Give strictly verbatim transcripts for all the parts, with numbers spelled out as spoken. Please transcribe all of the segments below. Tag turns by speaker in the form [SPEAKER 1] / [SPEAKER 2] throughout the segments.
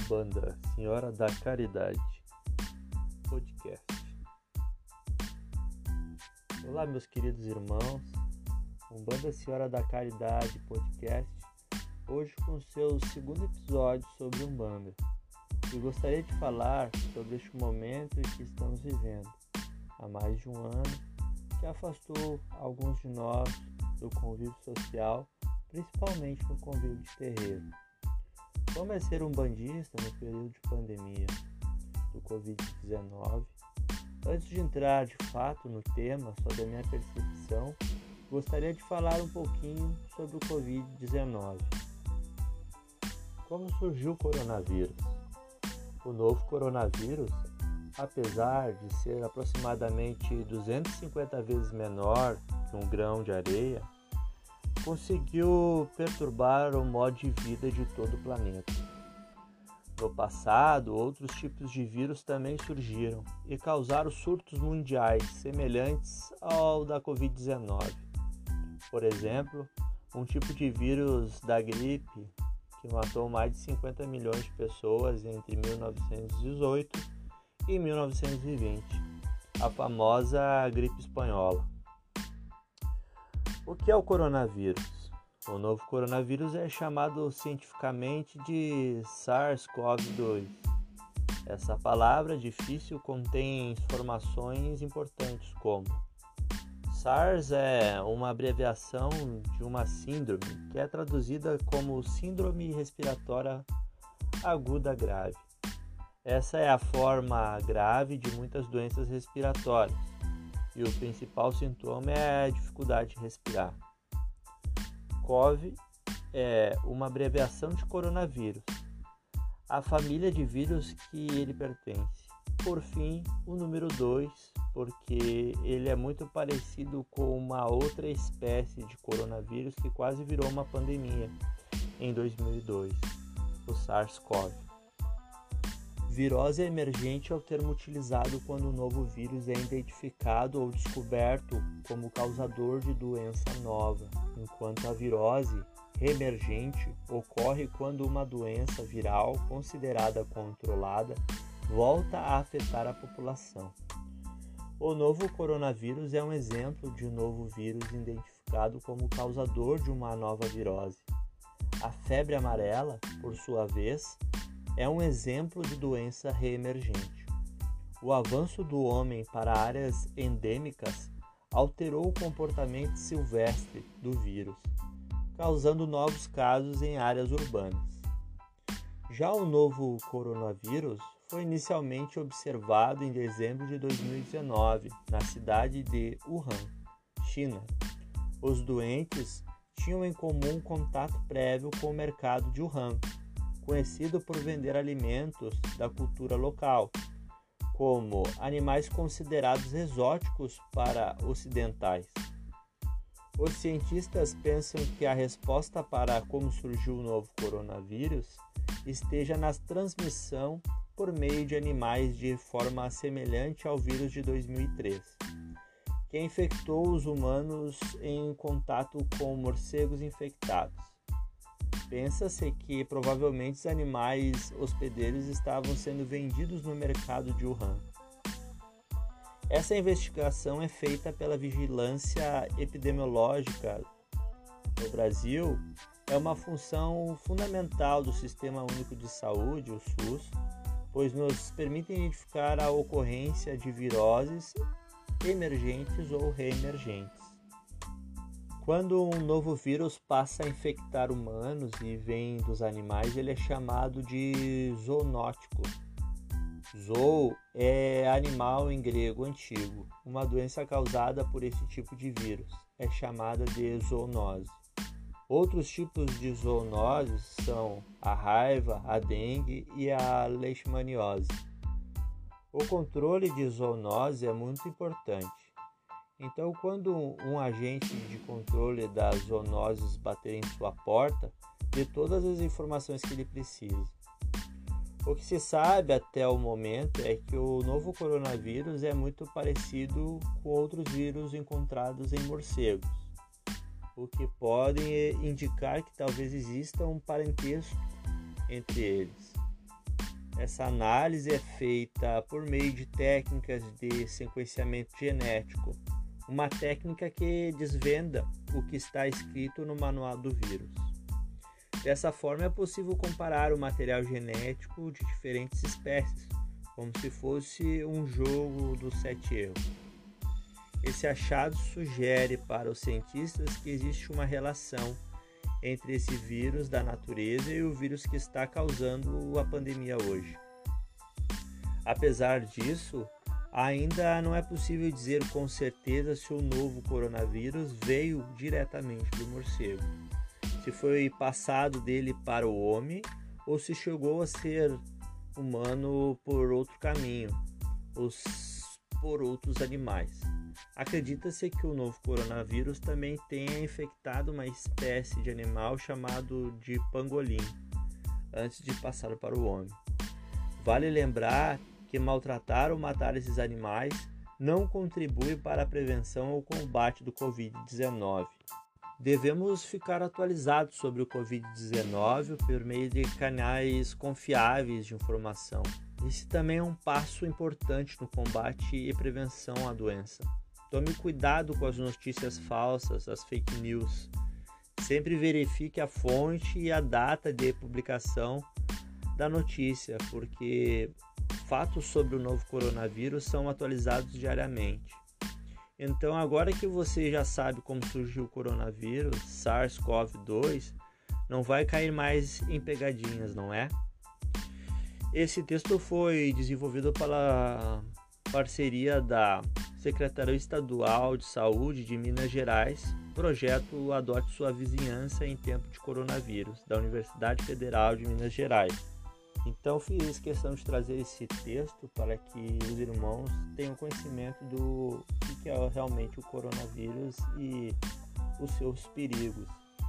[SPEAKER 1] Umbanda, Senhora da Caridade, podcast. Olá, meus queridos irmãos, Umbanda, Senhora da Caridade, podcast, hoje com seu segundo episódio sobre Umbanda. E gostaria de falar sobre este momento em que estamos vivendo, há mais de um ano, que afastou alguns de nós do convívio social, principalmente no convívio de terreiro. Como é ser umbandista no período de pandemia do covid dezenove? Antes de entrar de fato no tema, só da minha percepção, gostaria de falar um pouquinho sobre o covid dezenove. Como surgiu o coronavírus? O novo coronavírus, apesar de ser aproximadamente duzentas e cinquenta vezes menor que um grão de areia, conseguiu perturbar o modo de vida de todo o planeta. No passado, outros tipos de vírus também surgiram e causaram surtos mundiais semelhantes ao da covid dezenove. Por exemplo, um tipo de vírus da gripe que matou mais de cinquenta milhões de pessoas entre mil novecentos e dezoito e mil novecentos e vinte, a famosa gripe espanhola. O que é o coronavírus? O novo coronavírus é chamado cientificamente de SARS-CoV dois. Essa palavra difícil contém informações importantes como SARS é uma abreviação de uma síndrome que é traduzida como Síndrome Respiratória Aguda Grave. Essa é a forma grave de muitas doenças respiratórias. E o principal sintoma é a dificuldade de respirar. CoV é uma abreviação de coronavírus, a família de vírus que ele pertence. Por fim, o número dois, porque ele é muito parecido com uma outra espécie de coronavírus que quase virou uma pandemia em dois mil e dois, o SARS-CoV. Virose emergente é o termo utilizado quando um novo vírus é identificado ou descoberto como causador de doença nova, enquanto a virose reemergente ocorre quando uma doença viral considerada controlada volta a afetar a população. O novo coronavírus é um exemplo de novo vírus identificado como causador de uma nova virose. A febre amarela, por sua vez, é um exemplo de doença reemergente. O avanço do homem para áreas endêmicas alterou o comportamento silvestre do vírus, causando novos casos em áreas urbanas. Já o novo coronavírus foi inicialmente observado em dezembro de dois mil e dezenove, na cidade de Wuhan, China. Os doentes tinham em comum contato prévio com o mercado de Wuhan, conhecido por vender alimentos da cultura local, como animais considerados exóticos para ocidentais. Os cientistas pensam que a resposta para como surgiu o novo coronavírus esteja na transmissão por meio de animais de forma semelhante ao vírus de dois mil e três, que infectou os humanos em contato com morcegos infectados. Pensa-se que provavelmente os animais hospedeiros estavam sendo vendidos no mercado de Wuhan. Essa investigação é feita pela Vigilância Epidemiológica no Brasil. É uma função fundamental do Sistema Único de Saúde, o SUS, pois nos permite identificar a ocorrência de viroses emergentes ou reemergentes. Quando um novo vírus passa a infectar humanos e vem dos animais, ele é chamado de zoonótico. Zoo é animal em grego antigo. Uma doença causada por esse tipo de vírus é chamada de zoonose. Outros tipos de zoonoses são a raiva, a dengue e a leishmaniose. O controle de zoonose é muito importante. Então, quando um agente de controle das zoonoses bater em sua porta, dê todas as informações que ele precisa. O que se sabe até o momento é que o novo coronavírus é muito parecido com outros vírus encontrados em morcegos, o que pode indicar que talvez exista um parentesco entre eles. Essa análise é feita por meio de técnicas de sequenciamento genético, uma técnica que desvenda o que está escrito no manual do vírus. Dessa forma, é possível comparar o material genético de diferentes espécies, como se fosse um jogo dos sete erros. Esse achado sugere para os cientistas que existe uma relação entre esse vírus da natureza e o vírus que está causando a pandemia hoje. Apesar disso, ainda não é possível dizer com certeza se o novo coronavírus veio diretamente do morcego, se foi passado dele para o homem ou se chegou a ser humano por outro caminho, ou por outros animais. Acredita-se que o novo coronavírus também tenha infectado uma espécie de animal chamado de pangolim, antes de passar para o homem. Vale lembrar que maltratar ou matar esses animais não contribui para a prevenção ou combate do covid dezenove. Devemos ficar atualizados sobre o covid dezenove por meio de canais confiáveis de informação. Esse também é um passo importante no combate e prevenção à doença. Tome cuidado com as notícias falsas, as fake news. Sempre verifique a fonte e a data de publicação da notícia, porque fatos sobre o novo coronavírus são atualizados diariamente. Então, agora que você já sabe como surgiu o coronavírus, SARS-CoV dois, não vai cair mais em pegadinhas, não é? Esse texto foi desenvolvido pela parceria da Secretaria Estadual de Saúde de Minas Gerais, projeto Adote Sua Vizinhança em Tempo de Coronavírus, da Universidade Federal de Minas Gerais. Então fiz questão de trazer esse texto para que os irmãos tenham conhecimento do que é realmente o coronavírus e os seus perigos.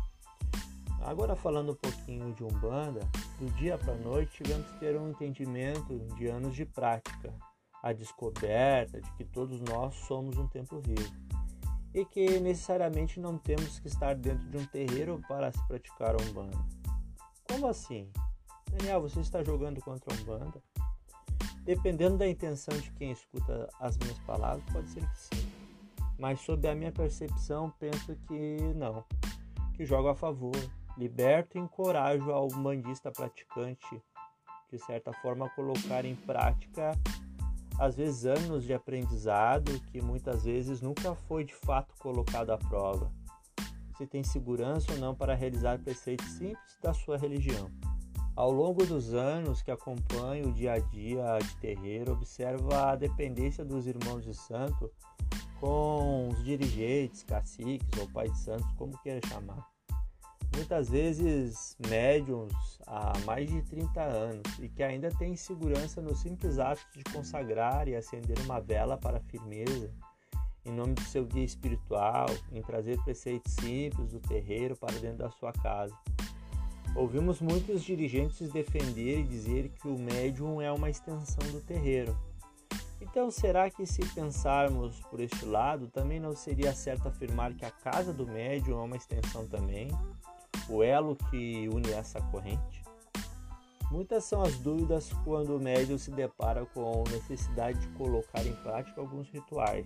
[SPEAKER 1] Agora, falando um pouquinho de Umbanda, do dia para a noite tivemos que ter um entendimento de anos de prática, a descoberta de que todos nós somos um templo vivo e que necessariamente não temos que estar dentro de um terreiro para se praticar a Umbanda. Como assim? Daniel, você está jogando contra a Umbanda? Dependendo da intenção de quem escuta as minhas palavras, pode ser que sim. Mas sob a minha percepção, penso que não. Que jogo a favor, liberto e encorajo ao umbandista praticante, de certa forma, a colocar em prática, às vezes, anos de aprendizado que muitas vezes nunca foi de fato colocado à prova. Se tem segurança ou não para realizar preceitos simples da sua religião. Ao longo dos anos que acompanho o dia a dia de terreiro, observo a dependência dos irmãos de santo com os dirigentes, caciques ou pais de santos, como queira chamar. Muitas vezes médiuns há mais de trinta anos e que ainda têm segurança no simples ato de consagrar e acender uma vela para a firmeza, em nome do seu guia espiritual, em trazer preceitos simples do terreiro para dentro da sua casa. Ouvimos muitos dirigentes defender e dizer que o médium é uma extensão do terreiro. Então, será que se pensarmos por este lado, também não seria certo afirmar que a casa do médium é uma extensão também? O elo que une essa corrente? Muitas são as dúvidas quando o médium se depara com a necessidade de colocar em prática alguns rituais.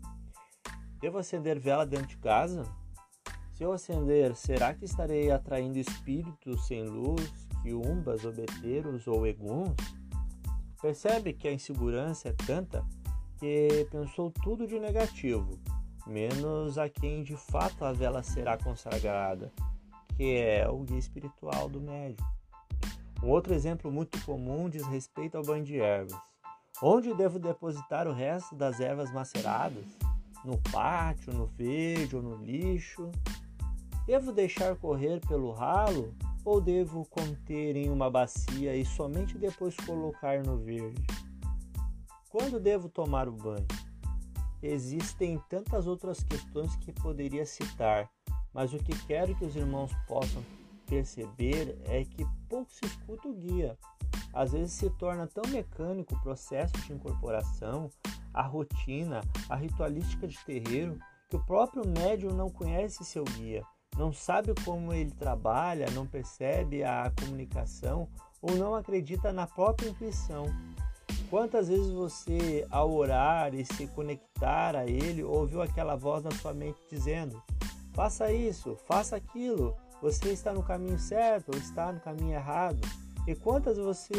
[SPEAKER 1] Devo acender vela dentro de casa? Se eu acender, será que estarei atraindo espíritos sem luz, quiumbas, obeteiros ou eguns? Percebe que a insegurança é tanta que pensou tudo de negativo, menos a quem de fato a vela será consagrada, que é o guia espiritual do médium. Um outro exemplo muito comum diz respeito ao banho de ervas. Onde devo depositar o resto das ervas maceradas? No pátio, no verde ou no lixo? Devo deixar correr pelo ralo ou devo conter em uma bacia e somente depois colocar no verde? Quando devo tomar o banho? Existem tantas outras questões que poderia citar, mas o que quero que os irmãos possam perceber é que pouco se escuta o guia. Às vezes se torna tão mecânico o processo de incorporação, a rotina, a ritualística de terreiro, que o próprio médium não conhece seu guia, não sabe como ele trabalha, não percebe a comunicação ou não acredita na própria intuição. Quantas vezes você, ao orar e se conectar a Ele, ouviu aquela voz na sua mente dizendo: faça isso, faça aquilo, você está no caminho certo ou está no caminho errado? E quantas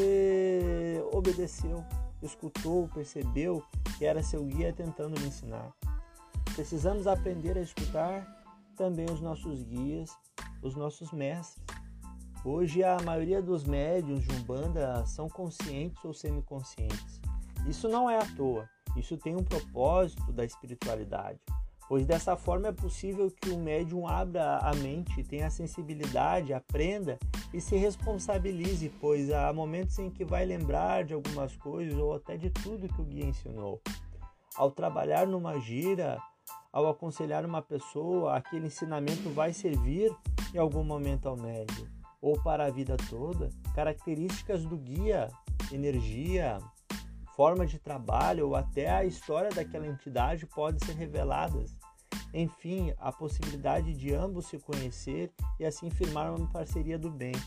[SPEAKER 1] você obedeceu, escutou, percebeu que era seu guia tentando lhe ensinar? Precisamos aprender a escutar também os nossos guias, os nossos mestres. Hoje a maioria dos médiuns de Umbanda são conscientes ou semiconscientes. Isso não é à toa, isso tem um propósito da espiritualidade, pois dessa forma é possível que o médium abra a mente, tenha a sensibilidade, aprenda e se responsabilize, pois há momentos em que vai lembrar de algumas coisas ou até de tudo que o guia ensinou. Ao trabalhar numa gira, ao aconselhar uma pessoa, aquele ensinamento vai servir em algum momento ao médium, ou para a vida toda. Características do guia, energia, forma de trabalho ou até a história daquela entidade podem ser reveladas. Enfim, a possibilidade de ambos se conhecer e assim firmar uma parceria do bem.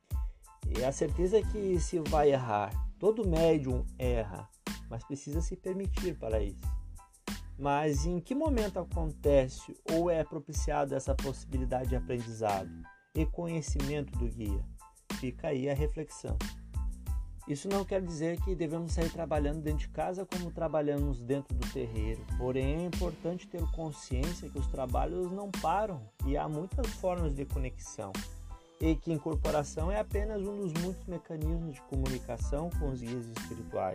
[SPEAKER 1] E a certeza é que se vai errar. Todo médium erra, mas precisa se permitir para isso. Mas em que momento acontece ou é propiciada essa possibilidade de aprendizado e conhecimento do guia? Fica aí a reflexão. Isso não quer dizer que devemos sair trabalhando dentro de casa como trabalhamos dentro do terreiro. Porém, é importante ter consciência que os trabalhos não param e há muitas formas de conexão. E que incorporação é apenas um dos muitos mecanismos de comunicação com os guias espirituais.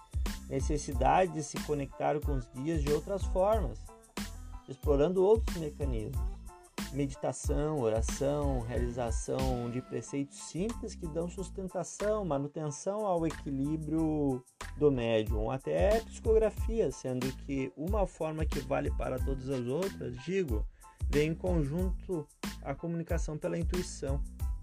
[SPEAKER 1] Necessidade de se conectar com os guias de outras formas, explorando outros mecanismos. Meditação, oração, realização de preceitos simples que dão sustentação, manutenção ao equilíbrio do médium, até psicografia, sendo que uma forma que vale para todas as outras, digo, vem em conjunto a comunicação pela intuição.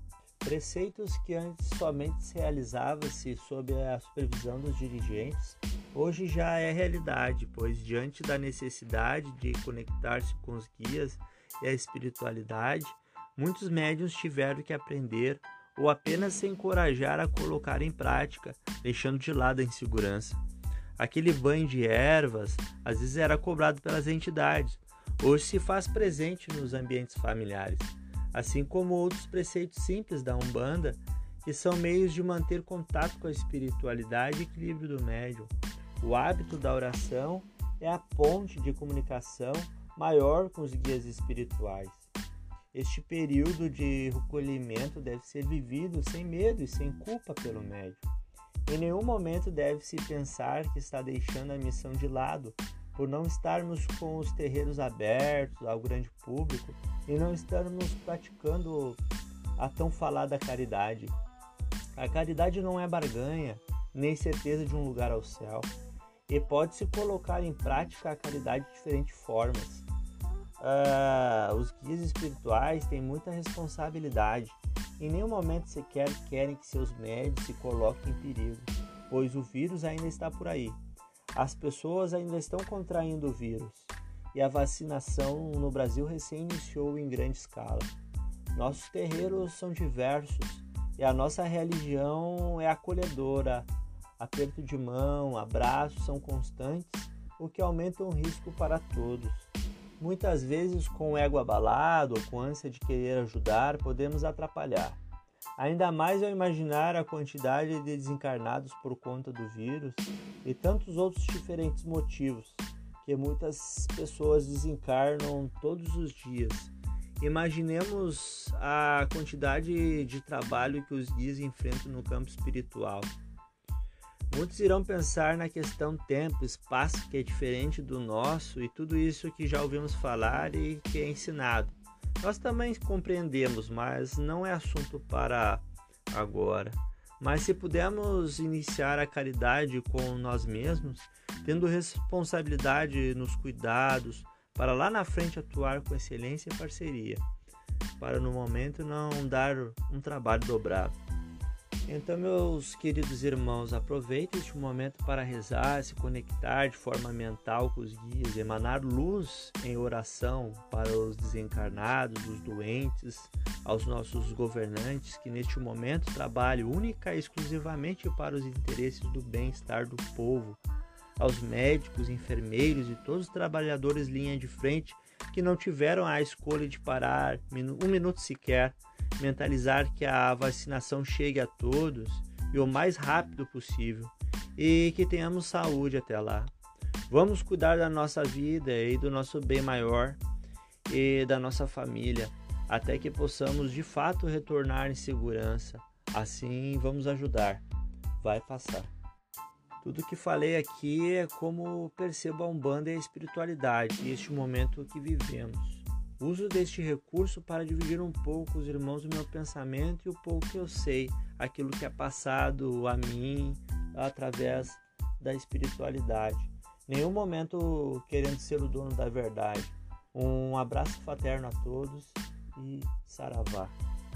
[SPEAKER 1] Preceitos que antes somente se realizava-se sob a supervisão dos dirigentes, hoje já é realidade, pois diante da necessidade de conectar-se com os guias e a espiritualidade, muitos médiuns tiveram que aprender ou apenas se encorajar a colocar em prática, deixando de lado a insegurança. Aquele banho de ervas às vezes era cobrado pelas entidades, hoje se faz presente nos ambientes familiares, assim como outros preceitos simples da Umbanda, que são meios de manter contato com a espiritualidade e equilíbrio do médium. O hábito da oração é a ponte de comunicação maior com os guias espirituais. Este período de recolhimento deve ser vivido sem medo e sem culpa pelo médium. Em nenhum momento deve-se pensar que está deixando a missão de lado, por não estarmos com os terreiros abertos ao grande público e não estarmos praticando a tão falada caridade. A caridade não é barganha, nem certeza de um lugar ao céu, e pode-se colocar em prática a caridade de diferentes formas. Uh, os guias espirituais têm muita responsabilidade. Em nenhum momento sequer querem que seus médios se coloquem em perigo, pois o vírus ainda está por aí. As pessoas ainda estão contraindo o vírus e a vacinação no Brasil recém iniciou em grande escala. Nossos terreiros são diversos e a nossa religião é acolhedora. Aperto de mão, abraços são constantes, o que aumenta o risco para todos. Muitas vezes, com o ego abalado ou com ânsia de querer ajudar, podemos atrapalhar. Ainda mais ao imaginar a quantidade de desencarnados por conta do vírus e tantos outros diferentes motivos que muitas pessoas desencarnam todos os dias. Imaginemos a quantidade de trabalho que os guias enfrentam no campo espiritual. Muitos irão pensar na questão tempo, espaço, que é diferente do nosso e tudo isso que já ouvimos falar e que é ensinado. Nós também compreendemos, mas não é assunto para agora. Mas se pudermos iniciar a caridade com nós mesmos, tendo responsabilidade nos cuidados, para lá na frente atuar com excelência e parceria, para no momento não dar um trabalho dobrado. Então, meus queridos irmãos, aproveitem este momento para rezar, se conectar de forma mental com os guias, emanar luz em oração para os desencarnados, os doentes, aos nossos governantes que neste momento trabalham única e exclusivamente para os interesses do bem-estar do povo, aos médicos, enfermeiros e todos os trabalhadores linha de frente que não tiveram a escolha de parar um minuto sequer, mentalizar que a vacinação chegue a todos e o mais rápido possível e que tenhamos saúde até lá. Vamos cuidar da nossa vida e do nosso bem maior e da nossa família até que possamos de fato retornar em segurança. Assim vamos ajudar. Vai passar. Tudo que falei aqui é como percebo a Umbanda e a espiritualidade e este momento que vivemos. Uso deste recurso para dividir um pouco com os irmãos o meu pensamento e o pouco que eu sei, aquilo que é passado a mim através da espiritualidade. Nenhum momento querendo ser o dono da verdade. Um abraço fraterno a todos e saravá.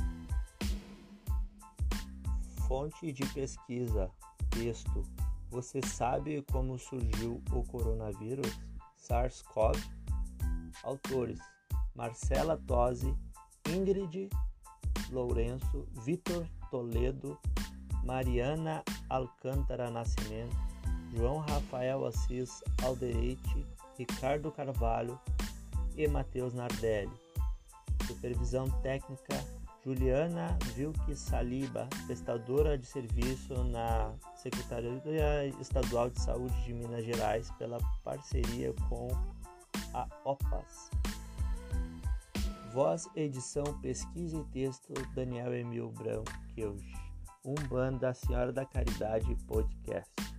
[SPEAKER 1] Fonte de pesquisa, texto. Você sabe como surgiu o coronavírus? SARS-CoV? Autores: Marcela Tosi, Ingrid Lourenço, Vitor Toledo, Mariana Alcântara Nascimento, João Rafael Assis Alderete, Ricardo Carvalho e Matheus Nardelli. Supervisão técnica: Juliana Vilke Saliba, prestadora de serviço na Secretaria Estadual de Saúde de Minas Gerais, pela parceria com a O P A S. Voz, edição, pesquisa e texto: Daniel Emil Branqueuch. Umbanda Senhora da Caridade Podcast.